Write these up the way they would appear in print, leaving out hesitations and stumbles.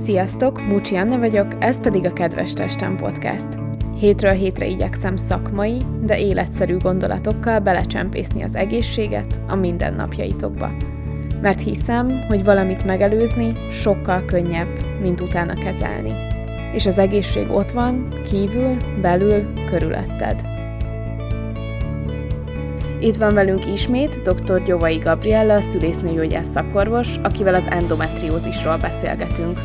Sziasztok, Mucsi Anna vagyok, ez pedig a Kedves Testem Podcast. Hétről hétre igyekszem szakmai, de életszerű gondolatokkal belecsempészni az egészséget a mindennapjaitokba. Mert hiszem, hogy valamit megelőzni sokkal könnyebb, mint utána kezelni. És az egészség ott van, kívül, belül, körülötted. Itt van velünk ismét dr. Gyovai Gabriella, szülésznőgyógyász szakorvos, akivel az endometriózisról beszélgetünk.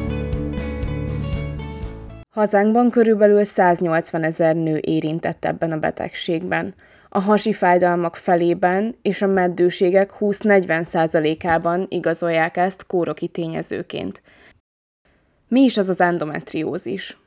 Hazánkban körülbelül 180 000 nő érintett ebben a betegségben. A hasi fájdalmak felében és a meddőségek 20-40%-ában igazolják ezt kóroki tényezőként. Mi is az endometriózis?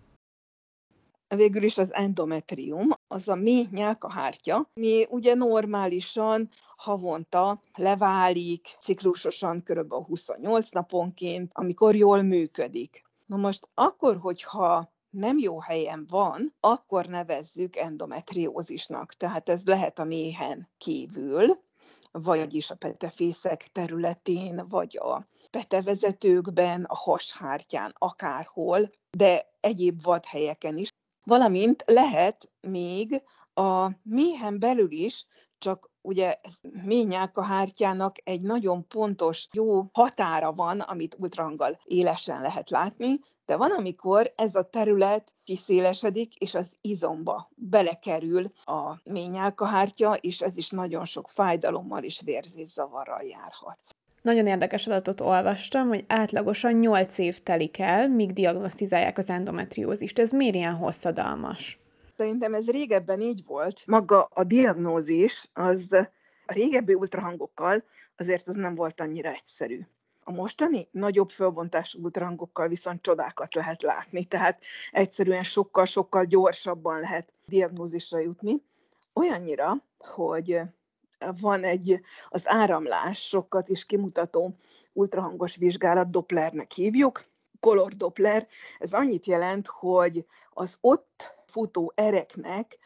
Végül is az endometrium, az a mély nyálkahártya, ami ugye normálisan havonta leválik, ciklusosan kb. 28 naponként, amikor jól működik. Na most akkor, hogyha nem jó helyen van, akkor nevezzük endometriózisnak. Tehát ez lehet a méhen kívül, vagyis a petefészek területén, vagy a petevezetőkben, a hashártyán, akárhol, de egyéb vadhelyeken is. Valamint lehet még a méhen belül is, csak ugye ez mély nyálkahártyának egy nagyon pontos, jó határa van, amit ultrahanggal élesen lehet látni, de van, amikor ez a terület kiszélesedik, és az izomba belekerül a mély nyálkahártya, és ez is nagyon sok fájdalommal és vérzészavarral járhat. Nagyon érdekes adatot olvastam, hogy átlagosan 8 év telik el, míg diagnosztizálják az endometriózist. Ez miért ilyen hosszadalmas? Szerintem ez régebben így volt. Maga a diagnózis, az a régebbi ultrahangokkal azért az nem volt annyira egyszerű. A mostani nagyobb fölbontású ultrahangokkal viszont csodákat lehet látni, tehát egyszerűen sokkal-sokkal gyorsabban lehet diagnózisra jutni. Olyannyira, hogy van az áramlásokat is kimutató ultrahangos vizsgálat, Dopplernek hívjuk, Color Doppler. Ez annyit jelent, hogy az ott futó ereknek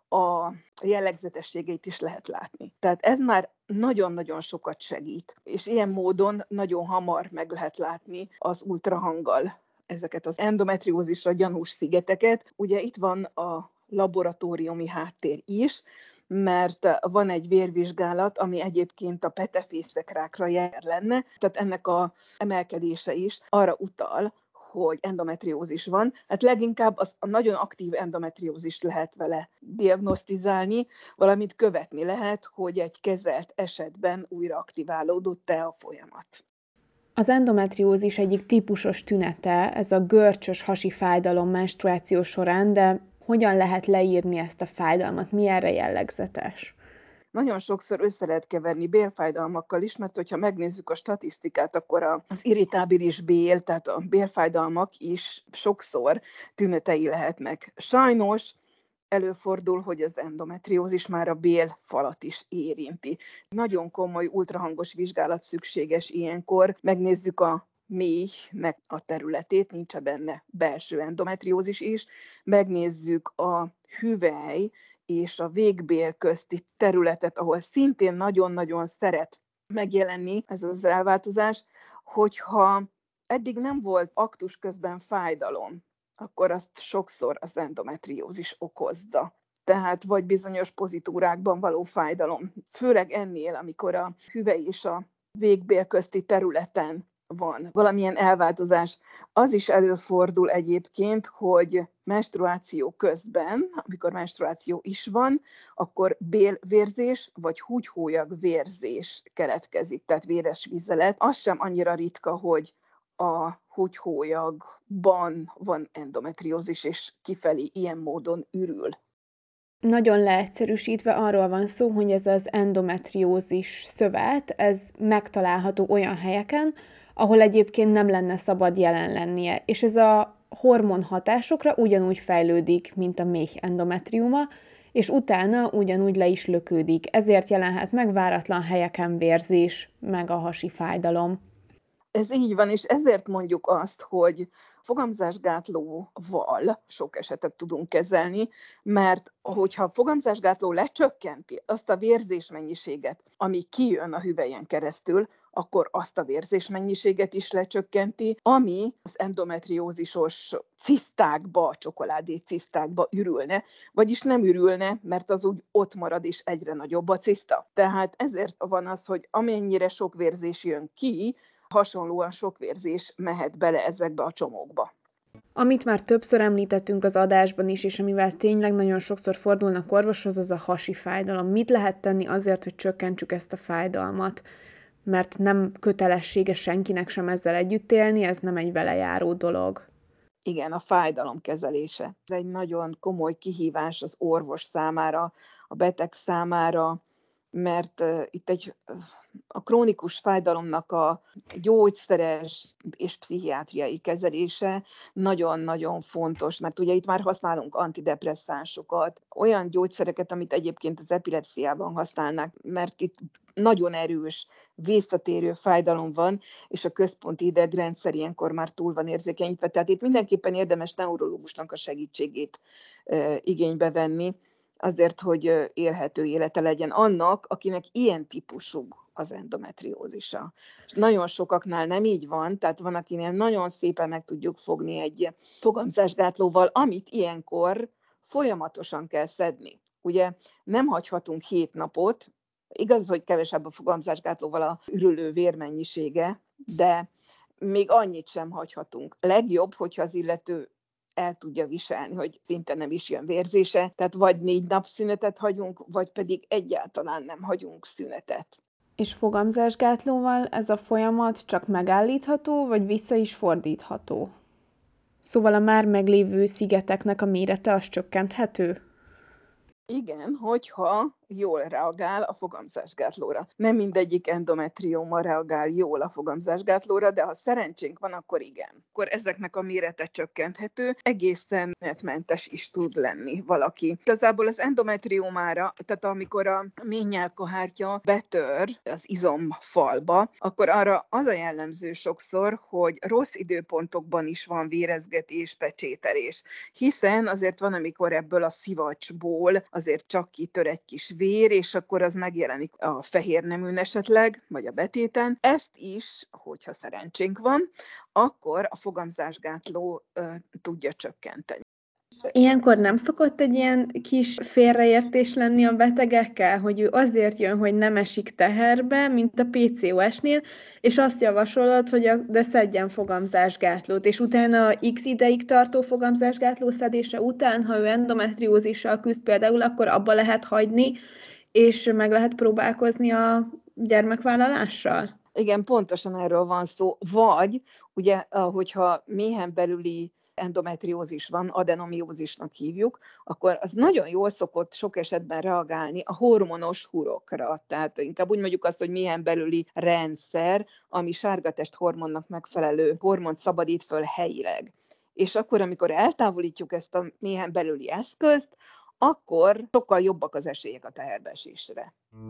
a jellegzetességeit is lehet látni. Tehát ez már nagyon-nagyon sokat segít, és ilyen módon nagyon hamar meg lehet látni az ultrahanggal ezeket az endometriózisra gyanús szigeteket. Ugye itt van a laboratóriumi háttér is, mert van egy vérvizsgálat, ami egyébként a petefészekrákra jár lenne, tehát ennek az emelkedése is arra utal, hogy endometriózis van. Hát leginkább a nagyon aktív endometriózist lehet vele diagnosztizálni, valamint követni lehet, hogy egy kezelt esetben újra aktiválódott-e a folyamat. Az endometriózis egyik típusos tünete, ez a görcsös hasi fájdalom menstruáció során, de hogyan lehet leírni ezt a fájdalmat? Mi erre jellegzetes? Nagyon sokszor össze lehet keverni bélfájdalmakkal is, mert hogyha megnézzük a statisztikát, akkor az irritábilis bél, tehát a bélfájdalmak is sokszor tünetei lehetnek. Sajnos előfordul, hogy az endometriózis már a bélfalat is érinti. Nagyon komoly ultrahangos vizsgálat szükséges ilyenkor. Megnézzük a méhnek a területét, nincs benne belső endometriózis is. Megnézzük a hüvely és a végbél közti területet, ahol szintén nagyon-nagyon szeret megjelenni ez az elváltozás, hogyha eddig nem volt aktus közben fájdalom, akkor azt sokszor az endometriózis okozza. Tehát vagy bizonyos pozitúrákban való fájdalom. Főleg ennél, amikor a hüvely és a végbél közti területen van valamilyen elváltozás. Az is előfordul egyébként, hogy menstruáció közben, amikor menstruáció is van, akkor bélvérzés vagy húgyhólyag vérzés keletkezik, tehát véres vizelet. Az sem annyira ritka, hogy a húgyhólyagban van endometriózis, és kifelé ilyen módon ürül. Nagyon leegyszerűsítve arról van szó, hogy ez az endometriózis szövet, ez megtalálható olyan helyeken, ahol egyébként nem lenne szabad jelen lennie, és ez a hormonhatásokra ugyanúgy fejlődik, mint a méh endometriuma, és utána ugyanúgy le is lökődik. Ezért jelenhet meg váratlan helyeken vérzés, meg a hasi fájdalom. Ez így van, és ezért mondjuk azt, hogy fogamzásgátlóval sok esetet tudunk kezelni, mert hogyha a fogamzásgátló lecsökkenti azt a vérzésmennyiséget, ami kijön a hüvelyen keresztül, akkor azt a vérzésmennyiséget is lecsökkenti, ami az endometriózisos cisztákba, csokoládé cisztákba ürülne, vagyis nem ürülne, mert az úgy ott marad, és egyre nagyobb a ciszta. Tehát ezért van az, hogy amennyire sok vérzés jön ki, hasonlóan sok vérzés mehet bele ezekbe a csomókba. Amit már többször említettünk az adásban is, és amivel tényleg nagyon sokszor fordulnak orvoshoz, az a hasi fájdalom. Mit lehet tenni azért, hogy csökkentsük ezt a fájdalmat? Mert nem kötelessége senkinek sem ezzel együtt élni, ez nem egy vele járó dolog. Igen, a fájdalom kezelése. Ez egy nagyon komoly kihívás az orvos számára, a beteg számára, mert itt a krónikus fájdalomnak a gyógyszeres és pszichiátriai kezelése nagyon-nagyon fontos, mert ugye itt már használunk antidepresszánsokat, olyan gyógyszereket, amit egyébként az epilepsziában használnak, mert itt nagyon erős, visszatérő fájdalom van, és a központi idegrendszer ilyenkor már túl van érzékenyítve. Tehát itt mindenképpen érdemes neurológusnak a segítségét igénybe venni, azért, hogy élhető élete legyen annak, akinek ilyen típusú az endometriózisa. És nagyon sokaknál nem így van, tehát van, akinél nagyon szépen meg tudjuk fogni egy fogamzásgátlóval, amit ilyenkor folyamatosan kell szedni. Ugye nem hagyhatunk 7 napot, igaz, hogy kevesebb a fogamzásgátlóval a ürülő vérmennyisége, de még annyit sem hagyhatunk. Legjobb, hogyha az illető el tudja viselni, hogy szinte nem is jön vérzése, tehát vagy 4 nap szünetet hagyunk, vagy pedig egyáltalán nem hagyunk szünetet. És fogamzásgátlóval ez a folyamat csak megállítható, vagy vissza is fordítható? Szóval a már meglévő szigeteknek a mérete az csökkenthető? Igen, hogyha jól reagál a fogamzásgátlóra. Nem mindegyik endometrióma reagál jól a fogamzásgátlóra, de ha szerencsénk van, akkor igen. Akkor ezeknek a mérete csökkenthető, egészen menetmentes is tud lenni valaki. Igazából az endometriómára, tehát amikor a méhnyálkahártya betör az izomfalba, akkor arra az a jellemző sokszor, hogy rossz időpontokban is van vérezgetés, pecsételés. Hiszen azért van, amikor ebből a szivacsból azért csak kitör egy kis vér, és akkor az megjelenik a fehérneműn esetleg, vagy a betéten. Ezt is, hogyha szerencsénk van, akkor a fogamzásgátló tudja csökkenteni. Ilyenkor nem szokott egy ilyen kis félreértés lenni a betegekkel, hogy ő azért jön, hogy nem esik teherbe, mint a PCOS-nél, és azt javasolod, hogy de szedjen fogamzásgátlót, és utána x ideig tartó fogamzásgátló szedése után, ha ő endometriózissal küzd például, akkor abba lehet hagyni, és meg lehet próbálkozni a gyermekvállalással? Igen, pontosan erről van szó. Vagy, ugye, hogyha méhen belüli endometriózis van, adenomiózisnak hívjuk, akkor az nagyon jól szokott sok esetben reagálni a hormonos hurokra. Tehát inkább úgy mondjuk azt, hogy méhen belüli rendszer, ami sárgatest hormonnak megfelelő hormont szabadít föl helyileg. És akkor, amikor eltávolítjuk ezt a méhen belüli eszközt, akkor sokkal jobbak az esélyek a teherbeesésre.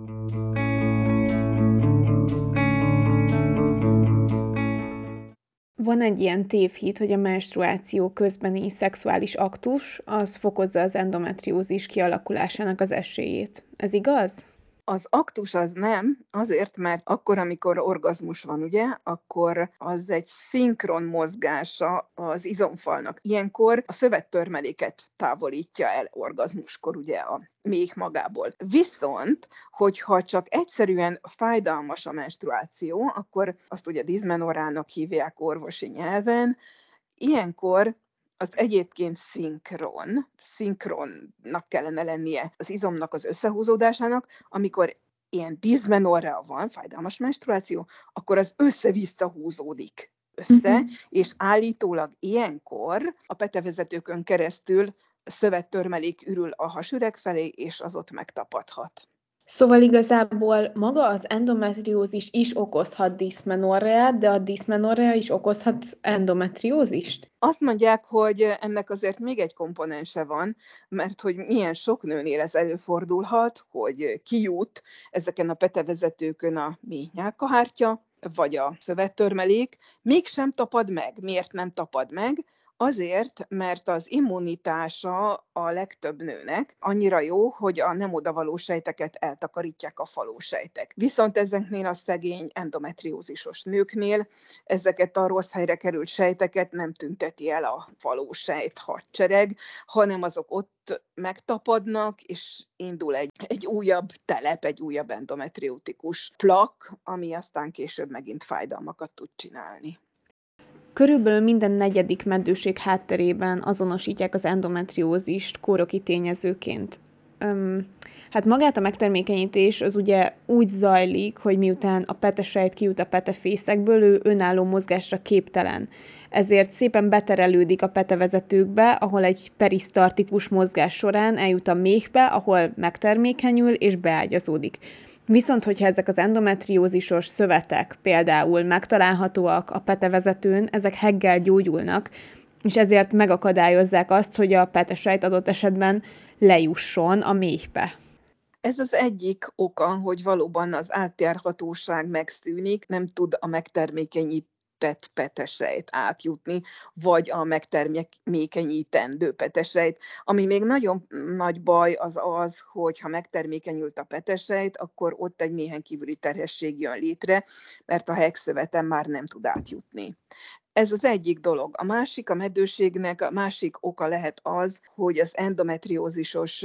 Van egy ilyen tévhit, hogy a menstruáció közbeni szexuális aktus az fokozza az endometriózis kialakulásának az esélyét. Ez igaz? Az aktus az nem, azért, mert akkor, amikor orgazmus van, ugye, akkor az egy szinkron mozgása az izomfalnak. Ilyenkor a szövettörmeléket távolítja el orgazmuskor, ugye, a méh magából. Viszont, hogyha csak egyszerűen fájdalmas a menstruáció, akkor azt ugye diszmenorának hívják orvosi nyelven, ilyenkor az egyébként szinkronnak kellene lennie az izomnak az összehúzódásának, amikor ilyen diszmenorrea van, fájdalmas menstruáció, akkor az össze-vissza húzódik össze, és állítólag ilyenkor a petevezetőkön keresztül szövettörmelék ürül a hasüreg felé, és az ott megtapadhat. Szóval igazából maga az endometriózis is okozhat diszmenorreát, de a diszmenorrea is okozhat endometriózist? Azt mondják, hogy ennek azért még egy komponense van, mert hogy milyen sok nőnél ez előfordulhat, hogy kijut ezeken a petevezetőkön a méhnyálkahártya, vagy a szövettörmelék, mégsem tapad meg. Miért nem tapad meg? Azért, mert az immunitása a legtöbb nőnek annyira jó, hogy a nem odavaló sejteket eltakarítják a faló sejtek. Viszont ezeknél a szegény endometriózisos nőknél ezeket a rossz helyre került sejteket nem tünteti el a faló sejt hadsereg, hanem azok ott megtapadnak, és indul egy újabb telep, egy újabb endometriotikus plak, ami aztán később megint fájdalmakat tud csinálni. Körülbelül minden negyedik meddőség hátterében azonosítják az endometriózist kóroki tényezőként. Hát magát a megtermékenyítés az ugye úgy zajlik, hogy miután a petesejt kijut a petefészekből, ő önálló mozgásra képtelen. Ezért szépen beterelődik a petevezetőkbe, ahol egy perisztartikus mozgás során eljut a méhbe, ahol megtermékenyül és beágyazódik. Viszont, hogyha ezek az endometriózisos szövetek például megtalálhatóak a petevezetőn, ezek heggel gyógyulnak, és ezért megakadályozzák azt, hogy a petesejt adott esetben lejusson a méhbe. Ez az egyik oka, hogy valóban az átjárhatóság megszűnik, nem tud a megtermékenyített petesejt átjutni, vagy a megtermékenyítendő petesejt. Ami még nagyon nagy baj az, hogy ha megtermékenyült a petesejt, akkor ott egy méhen kívüli terhesség jön létre, mert a hegszöveten már nem tud átjutni. Ez az egyik dolog. A másik, a meddőségnek a másik oka lehet az, hogy az endometriózisos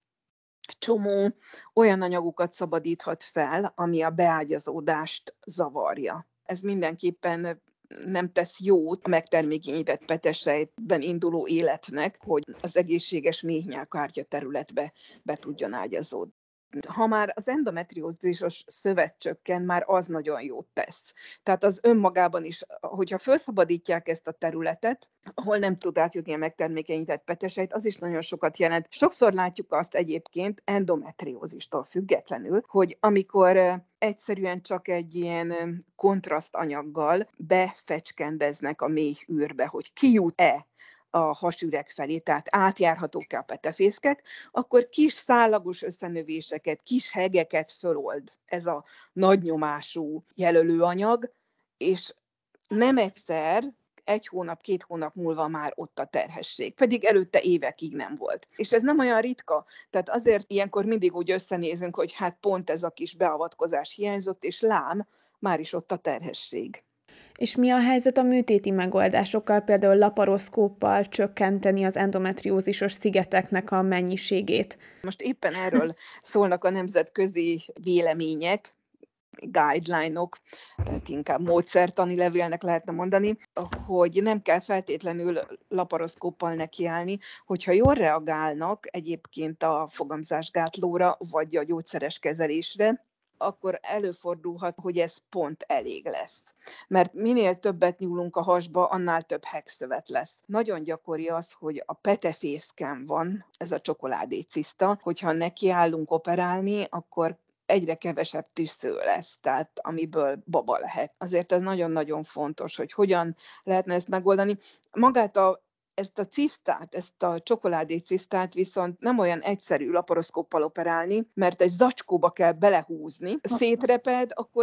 csomó olyan anyagokat szabadíthat fel, ami a beágyazódást zavarja. Ez mindenképpen nem tesz jót a megtermékenyített petesejtben induló életnek, hogy az egészséges méhnyálkahártya területbe be tudjon ágyazódni. Ha már az endometriózisos szövet csökken, már az nagyon jót tesz. Tehát az önmagában is, hogyha felszabadítják ezt a területet, ahol nem tud átjutni a megtermékenyített petesejt, az is nagyon sokat jelent. Sokszor látjuk azt egyébként endometriózistól függetlenül, hogy amikor egyszerűen csak egy ilyen kontrasztanyaggal befecskendeznek a méh űrbe, hogy kijut-e a hasüreg felé, tehát átjárhatók-e a petefészkek, akkor kis szálagos összenövéseket, kis hegeket fölold ez a nagy nyomású jelölőanyag, és nem egyszer, 1 hónap, 2 hónap múlva már ott a terhesség, pedig előtte évekig nem volt. És ez nem olyan ritka, tehát azért ilyenkor mindig úgy összenézünk, hogy hát pont ez a kis beavatkozás hiányzott, és lám, már is ott a terhesség. És mi a helyzet a műtéti megoldásokkal, például laparoszkóppal csökkenteni az endometriózisos szigeteknek a mennyiségét? Most éppen erről szólnak a nemzetközi vélemények, guideline-ok, tehát inkább módszertani levélnek lehetne mondani, hogy nem kell feltétlenül laparoszkóppal nekiállni, hogyha jól reagálnak egyébként a fogamzásgátlóra, vagy a gyógyszeres kezelésre, akkor előfordulhat, hogy ez pont elég lesz. Mert minél többet nyúlunk a hasba, annál több hegszövet lesz. Nagyon gyakori az, hogy a petefészken van ez a csokoládéciszta, hogyha nekiállunk operálni, akkor egyre kevesebb tüssző lesz, tehát amiből baba lehet. Azért ez nagyon-nagyon fontos, hogy hogyan lehetne ezt megoldani. Magát ezt a cisztát, ezt a csokoládécisztát viszont nem olyan egyszerű laparoszkóppal operálni, mert egy zacskóba kell belehúzni. Szétreped, akkor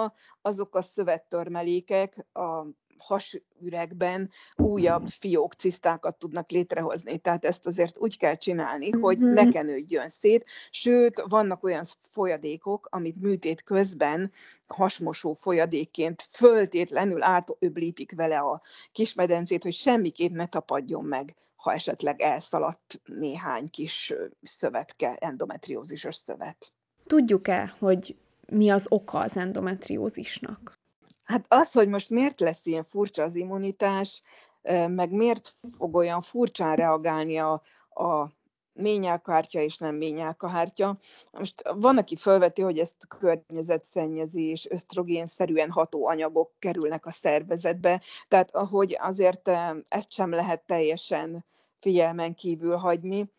azok a szövettörmelékek a hasüregben újabb fiók, cisztákat tudnak létrehozni. Tehát ezt azért úgy kell csinálni, hogy ne kenődjön szét. Sőt, vannak olyan folyadékok, amit műtét közben hasmosó folyadékként föltétlenül átöblítik vele a kismedencét, hogy semmiképp ne tapadjon meg, ha esetleg elszaladt néhány kis szövetke, endometriózisos szövet. Tudjuk-e, hogy mi az oka az endometriózisnak? Hát az, hogy most miért lesz ilyen furcsa az immunitás, meg miért fog olyan furcsán reagálni a méhnyálkahártya és nem méhnyálkahártya. Most van, aki felveti, hogy ezt környezetszennyezés, ösztrogénszerűen ható anyagok kerülnek a szervezetbe, tehát ahogy azért ezt sem lehet teljesen figyelmen kívül hagyni.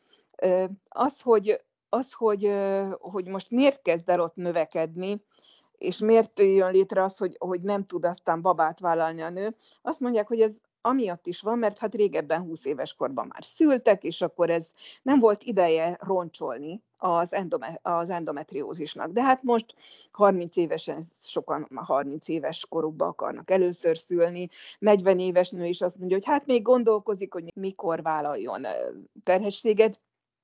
Hogy most miért kezd el ott növekedni, és miért jön létre az, hogy nem tud aztán babát vállalni a nő. Azt mondják, hogy ez amiatt is van, mert hát régebben 20 éves korban már szültek, és akkor ez nem volt ideje roncsolni az endometriózisnak. De hát most 30 évesen sokan 30 éves korukban akarnak először szülni, 40 éves nő is azt mondja, hogy hát még gondolkozik, hogy mikor vállaljon terhességet,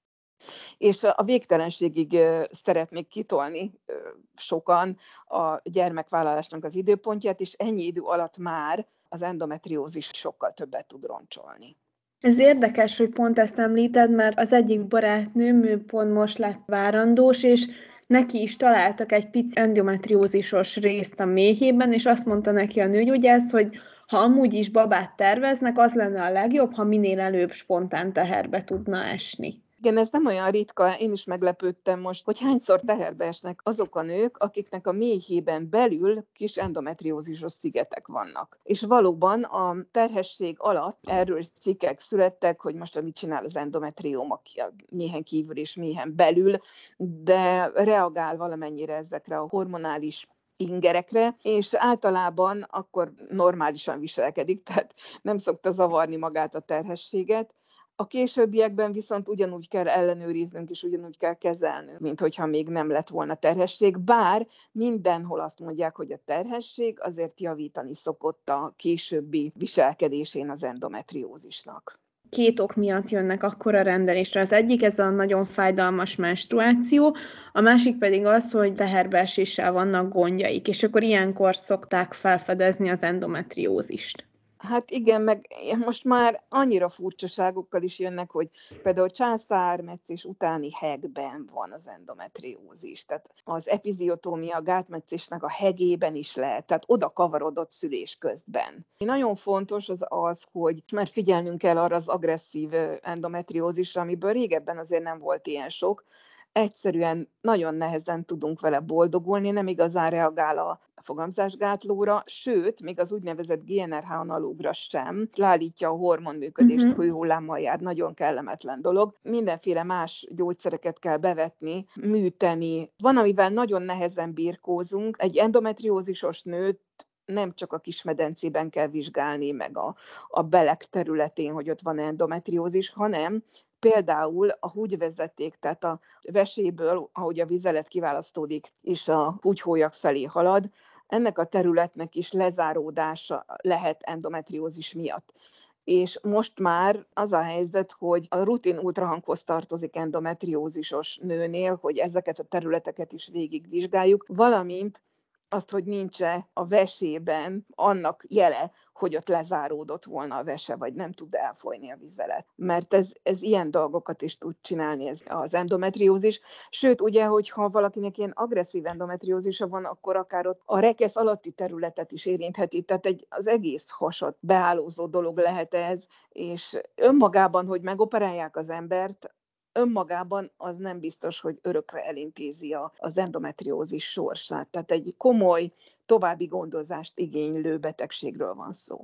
és a végtelenségig szeretnék kitolni sokan a gyermekvállalásnak az időpontját, és ennyi idő alatt már az endometriózis sokkal többet tud roncsolni. Ez érdekes, hogy pont ezt említed, mert az egyik barátnőm, ő pont most lett várandós, és neki is találtak egy pici endometriózisos részt a méhében, és azt mondta neki a nőgyógyász, hogy ha amúgy is babát terveznek, az lenne a legjobb, ha minél előbb spontán teherbe tudna esni. Igen, ez nem olyan ritka, én is meglepődtem most, hogy hányszor teherbe esnek azok a nők, akiknek a méhében belül kis endometriózisos szigetek vannak. És valóban a terhesség alatt erről cikkek születtek, hogy most mit csinál az endometrióm a méhen kívül és méhen belül, de reagál valamennyire ezekre a hormonális ingerekre, és általában akkor normálisan viselkedik, tehát nem szokta zavarni magát a terhességet. A későbbiekben viszont ugyanúgy kell ellenőriznünk, és ugyanúgy kell kezelnünk, mint hogyha még nem lett volna terhesség, bár mindenhol azt mondják, hogy a terhesség azért javítani szokott a későbbi viselkedésén az endometriózisnak. 2 ok miatt jönnek akkor a rendelésre. Az egyik ez a nagyon fájdalmas menstruáció, a másik pedig az, hogy teherbeeséssel vannak gondjaik, és akkor ilyenkor szokták felfedezni az endometriózist. Hát igen, meg most már annyira furcsaságokkal is jönnek, hogy például császármetszés utáni hegben van az endometriózis. Tehát az epiziotómia, a gátmetszésnek a hegében is lehet, tehát oda kavarodott szülés közben. Nagyon fontos az, hogy már figyelnünk kell arra az agresszív endometriózisra, amiből régebben azért nem volt ilyen sok. Egyszerűen nagyon nehezen tudunk vele boldogulni, nem igazán reagál a fogamzásgátlóra, sőt, még az úgynevezett GnRH analógra sem, leállítja a hormonműködést, hőhullámmal jár, nagyon kellemetlen dolog. Mindenféle más gyógyszereket kell bevetni, műteni. Van, amivel nagyon nehezen birkózunk. Egy endometriózisos nőt nem csak a kismedencében kell vizsgálni, meg a belek területén, hogy ott van endometriózis, hanem például a húgyvezeték, tehát a veséből, ahogy a vizelet kiválasztódik, és a húgyhólyak felé halad, ennek a területnek is lezáródása lehet endometriózis miatt. És most már az a helyzet, hogy a rutin ultrahanghoz tartozik endometriózisos nőnél, hogy ezeket a területeket is végigvizsgáljuk, valamint azt, hogy nincs-e a vesében annak jele, hogy ott lezáródott volna a vese, vagy nem tud elfolyni a vizelet. Mert ez ilyen dolgokat is tud csinálni ez az endometriózis. Sőt, ugye, hogyha valakinek ilyen agresszív endometriózisa van, akkor akár ott a rekesz alatti területet is érintheti, tehát az egész hasat beállózó dolog lehet ez, és önmagában, hogy megoperálják az embert, önmagában az nem biztos, hogy örökre elintézi az endometriózis sorsát. Tehát egy komoly, további gondozást igénylő betegségről van szó.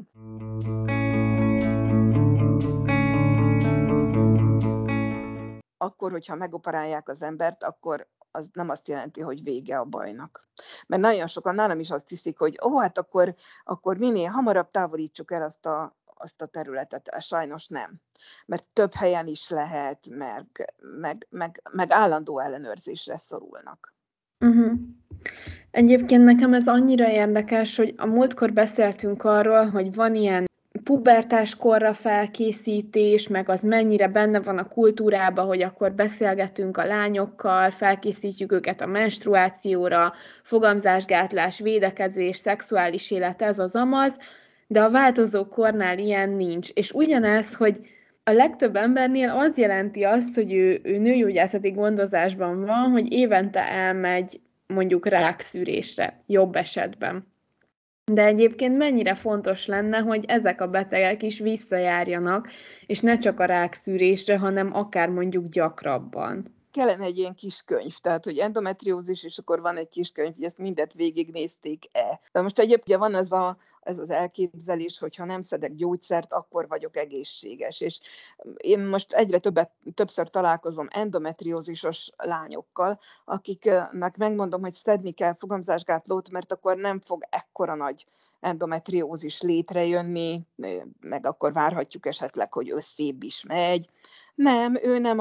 Akkor, hogyha megoperálják az embert, akkor az nem azt jelenti, hogy vége a bajnak. Mert nagyon sokan nálam is azt hiszik, hogy hát akkor minél hamarabb távolítsuk el azt a területet. Sajnos nem. Mert több helyen is lehet, meg állandó ellenőrzésre szorulnak. Egyébként nekem ez annyira érdekes, hogy a múltkor beszéltünk arról, hogy van ilyen pubertáskorra felkészítés, meg az mennyire benne van a kultúrában, hogy akkor beszélgetünk a lányokkal, felkészítjük őket a menstruációra, fogamzásgátlás, védekezés, szexuális élet, ez az amaz, de a változó kornál ilyen nincs. És ugyanez, hogy a legtöbb embernél az jelenti azt, hogy ő nőgyógyászati gondozásban van, hogy évente elmegy mondjuk rákszűrésre, jobb esetben. De egyébként mennyire fontos lenne, hogy ezek a betegek is visszajárjanak, és ne csak a rákszűrésre, hanem akár mondjuk gyakrabban. kellene egy ilyen kis könyv, tehát, hogy endometriózis, és akkor van egy kis könyv, hogy ezt mindet végignézték-e. De most egyébként van ez az elképzelés, hogy ha nem szedek gyógyszert, akkor vagyok egészséges. És én most egyre többször találkozom endometriózisos lányokkal, akiknek megmondom, hogy szedni kell fogamzásgátlót, mert akkor nem fog ekkora nagy endometriózis létrejönni, meg akkor várhatjuk esetleg, hogy összébb is megy. Nem,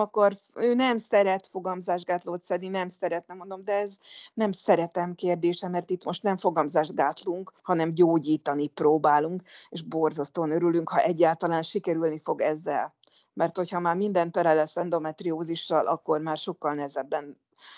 ő nem szeret fogamzásgátlót szedni, nem szeretne, mondom, de ez nem szeretem kérdése, mert itt most nem fogamzásgátlunk, hanem gyógyítani próbálunk, és borzasztóan örülünk, ha egyáltalán sikerülni fog ezzel. Mert hogyha már minden tele lesz endometriózissal, akkor már sokkal nehezebben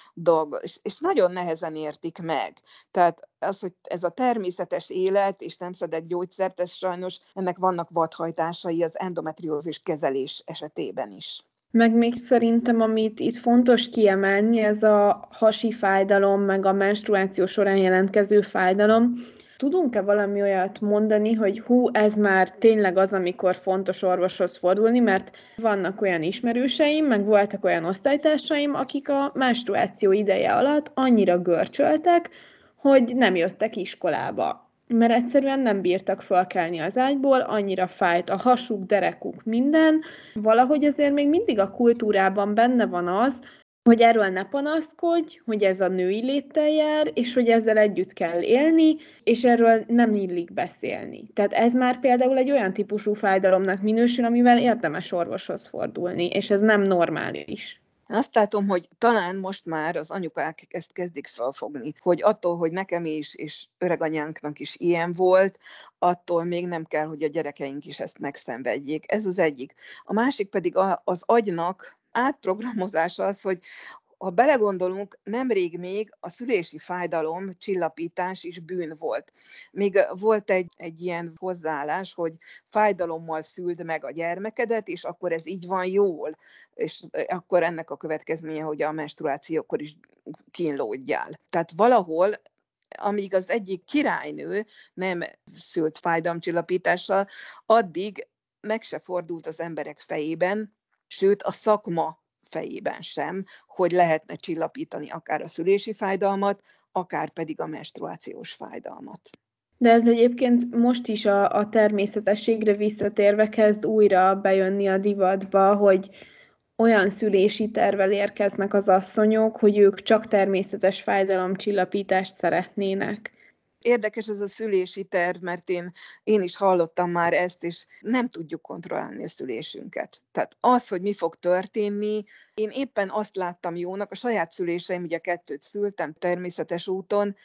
és nagyon nehezen értik meg. Tehát az, hogy ez a természetes élet, és nem szedek gyógyszert, ez sajnos ennek vannak vadhajtásai az endometriózis kezelés esetében is. Meg még szerintem, amit itt fontos kiemelni, ez a hasi fájdalom, meg a menstruáció során jelentkező fájdalom. Tudunk-e valami olyat mondani, hogy ez már tényleg az, amikor fontos orvoshoz fordulni, mert vannak olyan ismerőseim, meg voltak olyan osztálytársaim, akik a menstruáció ideje alatt annyira görcsöltek, hogy nem jöttek iskolába. Mert egyszerűen nem bírtak fölkelni az ágyból, annyira fájt a hasuk, derekuk, minden. Valahogy azért még mindig a kultúrában benne van az, hogy erről ne panaszkodj, hogy ez a női léttel jár, és hogy ezzel együtt kell élni, és erről nem illik beszélni. Tehát ez már például egy olyan típusú fájdalomnak minősül, amivel érdemes orvoshoz fordulni, és ez nem normális. Azt látom, hogy talán most már az anyukák ezt kezdik felfogni, hogy attól, hogy nekem is, és öreganyánknak is ilyen volt, attól még nem kell, hogy a gyerekeink is ezt megszenvedjék. Ez az egyik. A másik pedig az agynak átprogramozása az, hogy ha belegondolunk, nemrég még a szülési fájdalom, csillapítás is bűn volt. Még volt egy ilyen hozzáállás, hogy fájdalommal szüld meg a gyermekedet, és akkor ez így van jól, és akkor ennek a következménye, hogy a menstruációkor is kínlódjál. Tehát valahol, amíg az egyik királynő nem szült fájdalomcsillapítással, addig meg se fordult az emberek fejében, sőt a szakma fejében sem, hogy lehetne csillapítani akár a szülési fájdalmat, akár pedig a menstruációs fájdalmat. De ez egyébként most is a természetességre visszatérve kezd újra bejönni a divatba, hogy olyan szülési tervvel érkeznek az asszonyok, hogy ők csak természetes fájdalomcsillapítást szeretnének. Érdekes ez a szülési terv, mert én is hallottam már ezt, és nem tudjuk kontrollálni a szülésünket. Tehát az, hogy mi fog történni, én éppen azt láttam jónak, a saját szüléseim, ugye 2 szültem természetes úton,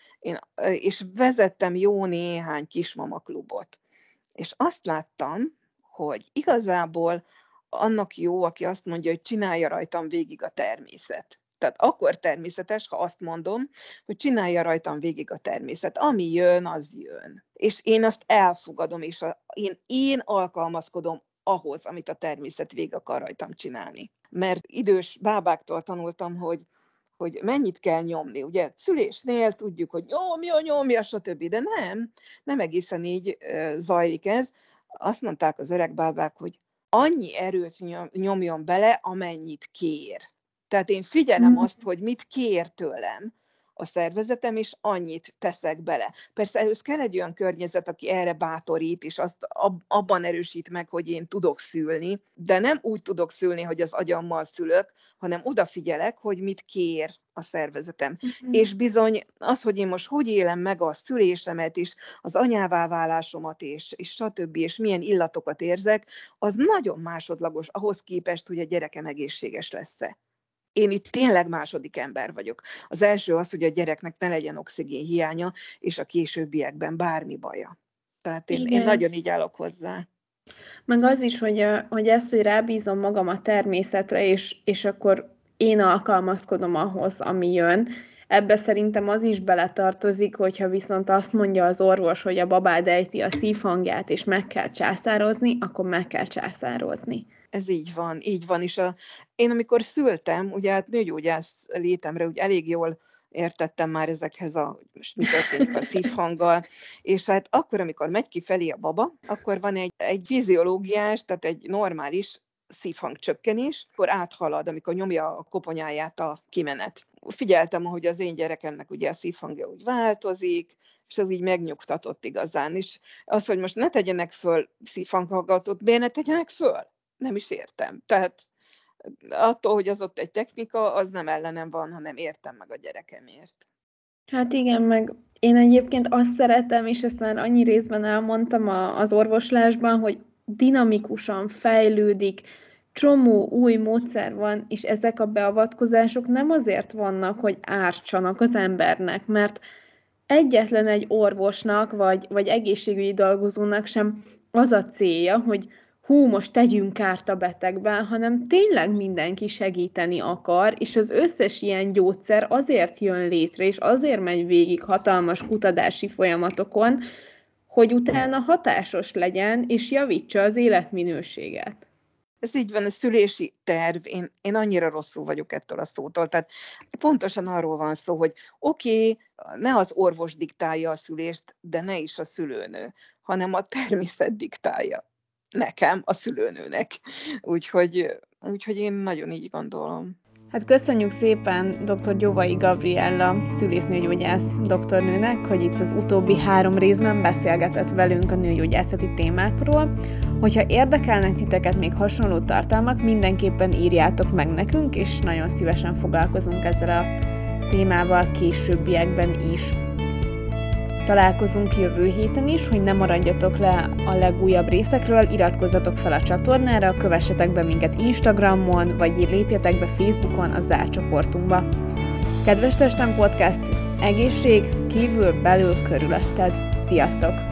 és vezettem jó néhány kismamaklubot. És azt láttam, hogy igazából annak jó, aki azt mondja, hogy csinálja rajtam végig a természet. Tehát akkor természetes, ha azt mondom, hogy csinálja rajtam végig a természet. Ami jön, az jön. És én azt elfogadom, és én alkalmazkodom ahhoz, amit a természet végig akar rajtam csinálni. Mert idős bábáktól tanultam, hogy mennyit kell nyomni. Ugye szülésnél tudjuk, hogy nyomja, stb. De nem egészen így zajlik ez. Azt mondták az öreg bábák, hogy annyi erőt nyomjon bele, amennyit kér. Tehát én figyelem azt, hogy mit kér tőlem a szervezetem, és annyit teszek bele. Persze ehhez kell egy olyan környezet, aki erre bátorít, és azt abban erősít meg, hogy én tudok szülni, de nem úgy tudok szülni, hogy az agyammal szülök, hanem odafigyelek, hogy mit kér a szervezetem. És bizony az, hogy én most hogy élem meg a szülésemet is, az anyává válásomat és stb. És milyen illatokat érzek, az nagyon másodlagos ahhoz képest, hogy a gyerekem egészséges lesz-e. Én itt tényleg második ember vagyok. Az első az, hogy a gyereknek ne legyen oxigén hiánya, és a későbbiekben bármi baja. Tehát én nagyon így állok hozzá. Meg az is, hogy ezt, hogy rábízom magam a természetre, és akkor én alkalmazkodom ahhoz, ami jön. Ebbe szerintem az is beletartozik, hogyha viszont azt mondja az orvos, hogy a babád ejti a szívhangját, és meg kell császározni, akkor meg kell császározni. Ez így van. És én amikor szültem, ugye hát nőgyógyász létemre ugye elég jól értettem már ezekhez most mi történik a szívhanggal, és hát akkor, amikor megy kifelé a baba, akkor van egy fiziológiás, tehát egy normális szívhangcsökkenés, akkor áthalad, amikor nyomja a koponyáját a kimenet. Figyeltem, hogy az én gyerekemnek ugye a szívhangja úgy változik, és ez így megnyugtatott igazán. És az, hogy most ne tegyenek föl szívhanghallgatót, miért ne tegyenek föl? Nem is értem. Tehát attól, hogy az ott egy technika, az nem ellenem van, hanem értem meg a gyerekemért. Hát igen, meg én egyébként azt szeretem, és ezt már annyi részben elmondtam az orvoslásban, hogy dinamikusan fejlődik, csomó új módszer van, és ezek a beavatkozások nem azért vannak, hogy ártsanak az embernek, mert egyetlen egy orvosnak, vagy egészségügyi dolgozónak sem az a célja, hogy most tegyünk kárt a betegben, hanem tényleg mindenki segíteni akar, és az összes ilyen gyógyszer azért jön létre, és azért megy végig hatalmas kutatási folyamatokon, hogy utána hatásos legyen, és javítsa az életminőséget. Ez így van, a szülési terv, én annyira rosszul vagyok ettől a szótól. Tehát pontosan arról van szó, hogy oké, ne az orvos diktálja a szülést, de ne is a szülőnő, hanem a természet diktálja nekem, a szülőnőnek. Úgyhogy én nagyon így gondolom. Hát köszönjük szépen dr. Gyovai Gabriella szülésznőgyógyász doktornőnek, hogy itt az utóbbi 3 részben beszélgetett velünk a nőgyógyászati témákról. Hogyha érdekelnek titeket még hasonló tartalmak, mindenképpen írjátok meg nekünk, és nagyon szívesen foglalkozunk ezzel a témával későbbiekben is. Találkozunk jövő héten is, hogy ne maradjatok le a legújabb részekről, iratkozzatok fel a csatornára, kövessetek be minket Instagramon, vagy lépjetek be Facebookon a zárt csoportunkba. Kedves Testem Podcast, egészség kívül, belül, körülötted. Sziasztok!